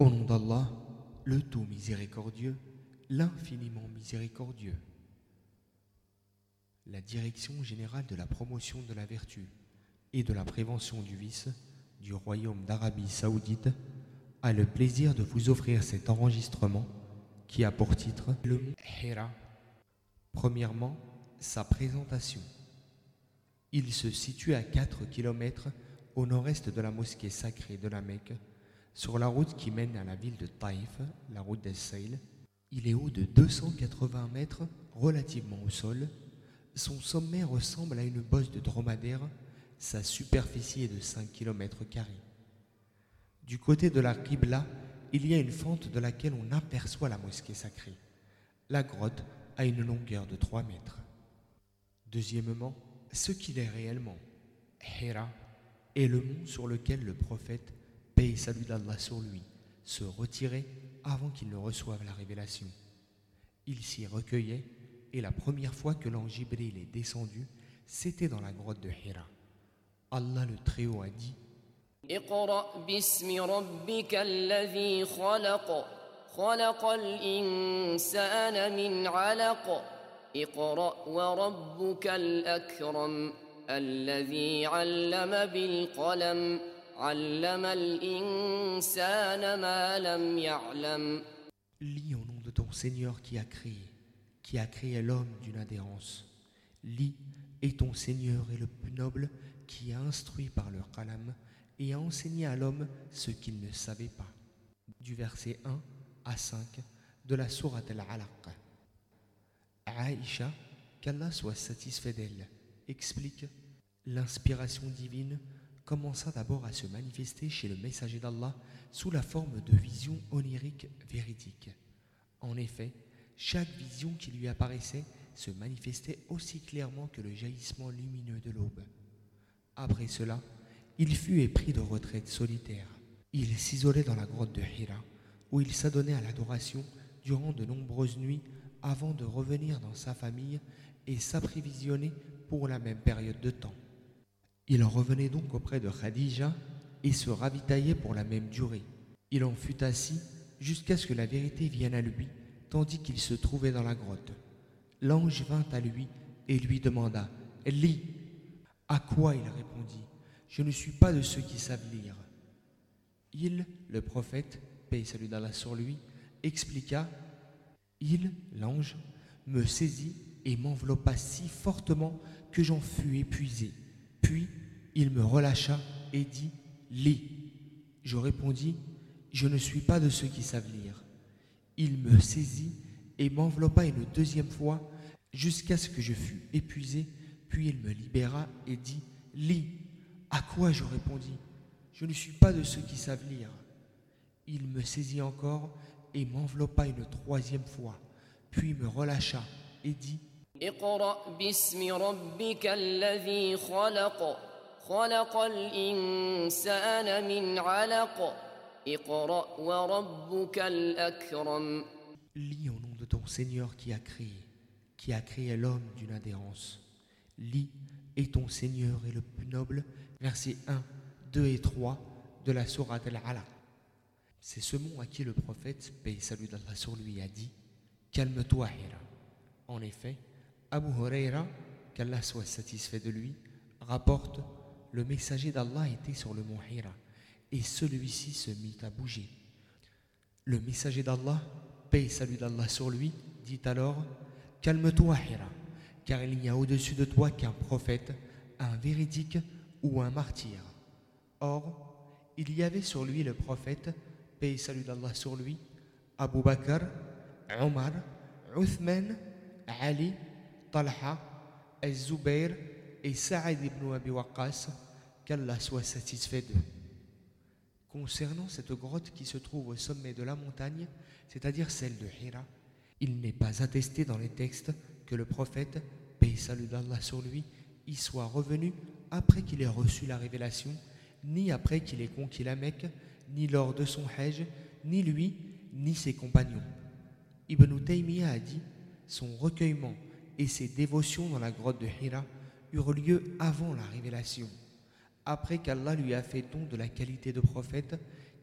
Au nom d'Allah, le tout miséricordieux, l'infiniment miséricordieux. La Direction générale de la promotion de la vertu et de la prévention du vice du Royaume d'Arabie Saoudite a le plaisir de vous offrir cet enregistrement qui a pour titre le mont Hira. Premièrement, sa présentation. Il se situe à 4 km au nord-est de la mosquée sacrée de la Mecque, sur la route qui mène à la ville de Taïf, la route des Saïl. Il est haut de 280 mètres relativement au sol. Son sommet ressemble à une bosse de dromadaire. Sa superficie est de 5 km². Du côté de la Qibla, il y a une fente de laquelle on aperçoit la mosquée sacrée. La grotte a une longueur de 3 mètres. Deuxièmement, ce qu'il est réellement. Hira est le mont sur lequel le prophète, paix et salut d'Allah sur lui, se retirait avant qu'il ne reçoive la révélation. Il s'y recueillait et la première fois que l'ange Jibril est descendu, c'était dans la grotte de Hira. Allah le Très-Haut a dit: اقرأ باسم ربك الذي خلق خلق الإنسان من علق اقرأ وربك الأكرم الذي علم بالقلم علم الإنسان ما لم يعلم. Lis au nom de ton Seigneur qui a créé l'homme d'une adhérence. Lis, et ton Seigneur est le plus noble qui a instruit par le qalam et a enseigné à l'homme ce qu'il ne savait pas. Du verset 1 à 5 de la sourate Al-Alaq. Aïcha, qu'Allah soit satisfait d'elle, explique: l'inspiration divine commença d'abord à se manifester chez le messager d'Allah sous la forme de visions oniriques véridiques. En effet, chaque vision qui lui apparaissait se manifestait aussi clairement que le jaillissement lumineux de l'aube. Après cela, il fut épris de retraite solitaire. Il s'isolait dans la grotte de Hira, où il s'adonnait à l'adoration durant de nombreuses nuits avant de revenir dans sa famille et s'apprévisionner pour la même période de temps. Il revenait donc auprès de Khadija et se ravitaillait pour la même durée. Il en fut assis jusqu'à ce que la vérité vienne à lui, tandis qu'il se trouvait dans la grotte. L'ange vint à lui et lui demanda: « Lis !» À quoi il répondit: « Je ne suis pas de ceux qui savent lire. » Il, le prophète, paix et salut d'Allah sur lui, expliqua: « Il, l'ange, me saisit et m'enveloppa si fortement que j'en fus épuisé. Puis, il me relâcha et dit: « Lis !» Je répondis: « Je ne suis pas de ceux qui savent lire. » Il me saisit et m'enveloppa une deuxième fois jusqu'à ce que je fus épuisé. Puis il me libéra et dit: « Lis !» À quoi je répondis: « Je ne suis pas de ceux qui savent lire. » Il me saisit encore et m'enveloppa une troisième fois, puis me relâcha et dit: « اقرأ باسم ربك الذي خلق خلق الإنسان من علق اقرأ وربك الأكرم. Lis au nom de ton Seigneur qui a créé l'homme d'une adhérence. Lis, et ton Seigneur est le plus noble. Versets 1, 2 et 3 de la sourate Al-Alaq. C'est ce mot à qui le prophète, paix et salut d'Allah sur lui, a dit: « Calme-toi, Hira. » En effet, Abu Huraira, qu'Allah soit satisfait de lui, rapporte: le messager d'Allah était sur le mont Hira et celui-ci se mit à bouger. Le messager d'Allah, paix et salut d'Allah sur lui, dit alors: « Calme-toi, Hira, car il n'y a au-dessus de toi qu'un prophète, un véridique ou un martyr. » Or, il y avait sur lui le prophète, paix et salut d'Allah sur lui, Abu Bakr, Omar, Uthman, Ali, Talha, Az-Zubayr et Sa'id ibn Abi Waqqas, qu'Allah soit satisfait d'eux. Concernant cette grotte qui se trouve au sommet de la montagne, c'est-à-dire celle de Hira, il n'est pas attesté dans les textes que le prophète, paix et salut d'Allah sur lui, y soit revenu après qu'il ait reçu la révélation, ni après qu'il ait conquis la Mecque, ni lors de son hajj, ni lui, ni ses compagnons. Ibn Taymiyyah a dit: son recueillement et ses dévotions dans la grotte de Hira eurent lieu avant la révélation, après qu'Allah lui a fait don de la qualité de prophète,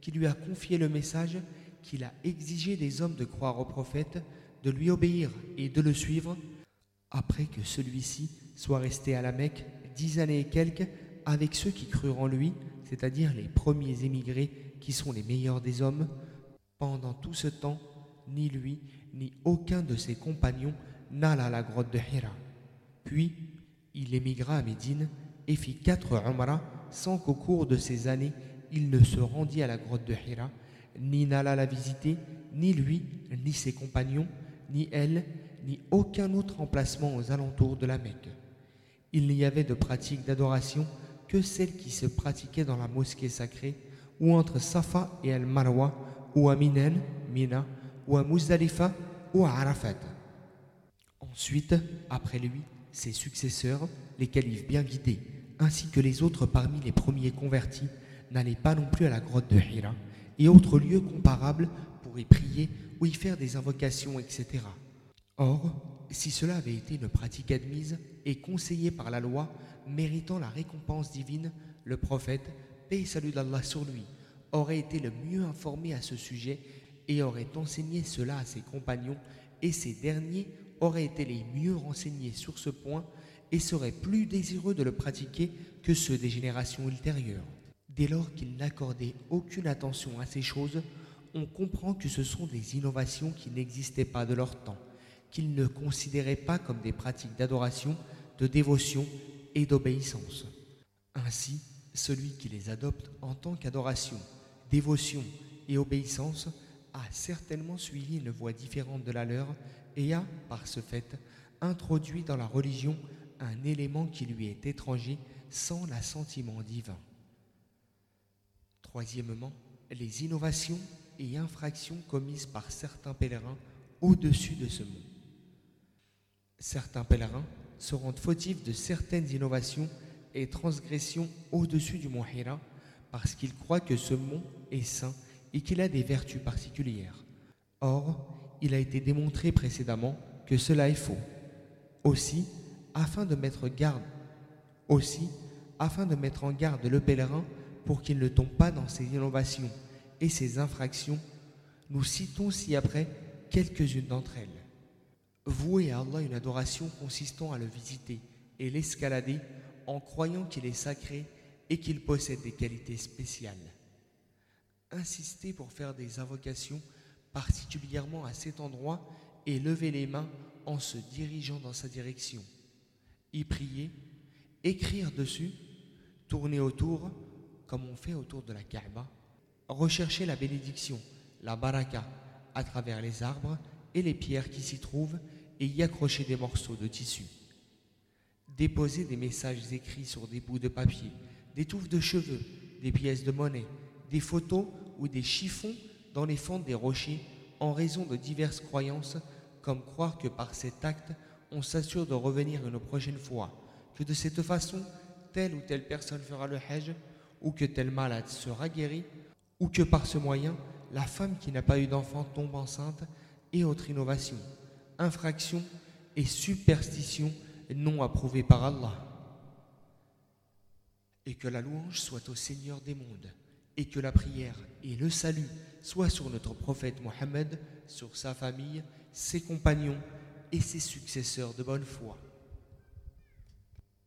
qui lui a confié le message qu'il a exigé des hommes de croire au prophète, de lui obéir et de le suivre, après que celui-ci soit resté à la Mecque 10 années et quelques avec ceux qui crurent en lui, c'est-à-dire les premiers émigrés qui sont les meilleurs des hommes. Pendant tout ce temps, ni lui, ni aucun de ses compagnons n'alla à la grotte de Hira. Puis, il émigra à Médine et fit 4 umrahs sans qu'au cours de ces années, il ne se rendit à la grotte de Hira, ni n'alla la visiter, ni lui, ni ses compagnons, ni elle, ni aucun autre emplacement aux alentours de la Mecque. Il n'y avait de pratique d'adoration que celle qui se pratiquait dans la mosquée sacrée, ou entre Safa et Al-Marwa, ou à Minan, Mina, ou à Muzdalifa, ou à Arafat. Ensuite, après lui, ses successeurs, les califes bien guidés, ainsi que les autres parmi les premiers convertis, n'allaient pas non plus à la grotte de Hira et autres lieux comparables pour y prier ou y faire des invocations, etc. Or, si cela avait été une pratique admise et conseillée par la loi, méritant la récompense divine, le prophète, paix et salut d'Allah sur lui, aurait été le mieux informé à ce sujet et aurait enseigné cela à ses compagnons, et ces derniers auraient été les mieux renseignés sur ce point et seraient plus désireux de le pratiquer que ceux des générations ultérieures. Dès lors qu'ils n'accordaient aucune attention à ces choses, on comprend que ce sont des innovations qui n'existaient pas de leur temps, qu'ils ne considéraient pas comme des pratiques d'adoration, de dévotion et d'obéissance. Ainsi, celui qui les adopte en tant qu'adoration, dévotion et obéissance a certainement suivi une voie différente de la leur et a, par ce fait, introduit dans la religion un élément qui lui est étranger sans l'assentiment divin. Troisièmement, les innovations et infractions commises par certains pèlerins au-dessus de ce mont. Certains pèlerins se rendent fautifs de certaines innovations et transgressions au-dessus du mont Hira parce qu'ils croient que ce mont est saint et qu'il a des vertus particulières. Or, il a été démontré précédemment que cela est faux. Aussi, afin de mettre en garde le pèlerin pour qu'il ne tombe pas dans ces innovations et ces infractions, nous citons ci-après quelques-unes d'entre elles. Vouer à Allah une adoration consistant à le visiter et l'escalader en croyant qu'il est sacré et qu'il possède des qualités spéciales. Insister pour faire des invocations particulièrement à cet endroit et lever les mains en se dirigeant dans sa direction. Y prier, écrire dessus, tourner autour, comme on fait autour de la Kaaba, rechercher la bénédiction, la baraka, à travers les arbres et les pierres qui s'y trouvent et y accrocher des morceaux de tissu. Déposer des messages écrits sur des bouts de papier, des touffes de cheveux, des pièces de monnaie, des photos ou des chiffons dans les fentes des rochers en raison de diverses croyances, comme croire que par cet acte, on s'assure de revenir une prochaine fois, que de cette façon, telle ou telle personne fera le hajj, ou que tel malade sera guéri, ou que par ce moyen, la femme qui n'a pas eu d'enfant tombe enceinte, et autres innovations, infractions et superstitions non approuvées par Allah. Et que la louange soit au Seigneur des mondes, et que la prière et le salut soient sur notre prophète Mohammed, sur sa famille, ses compagnons et ses successeurs de bonne foi.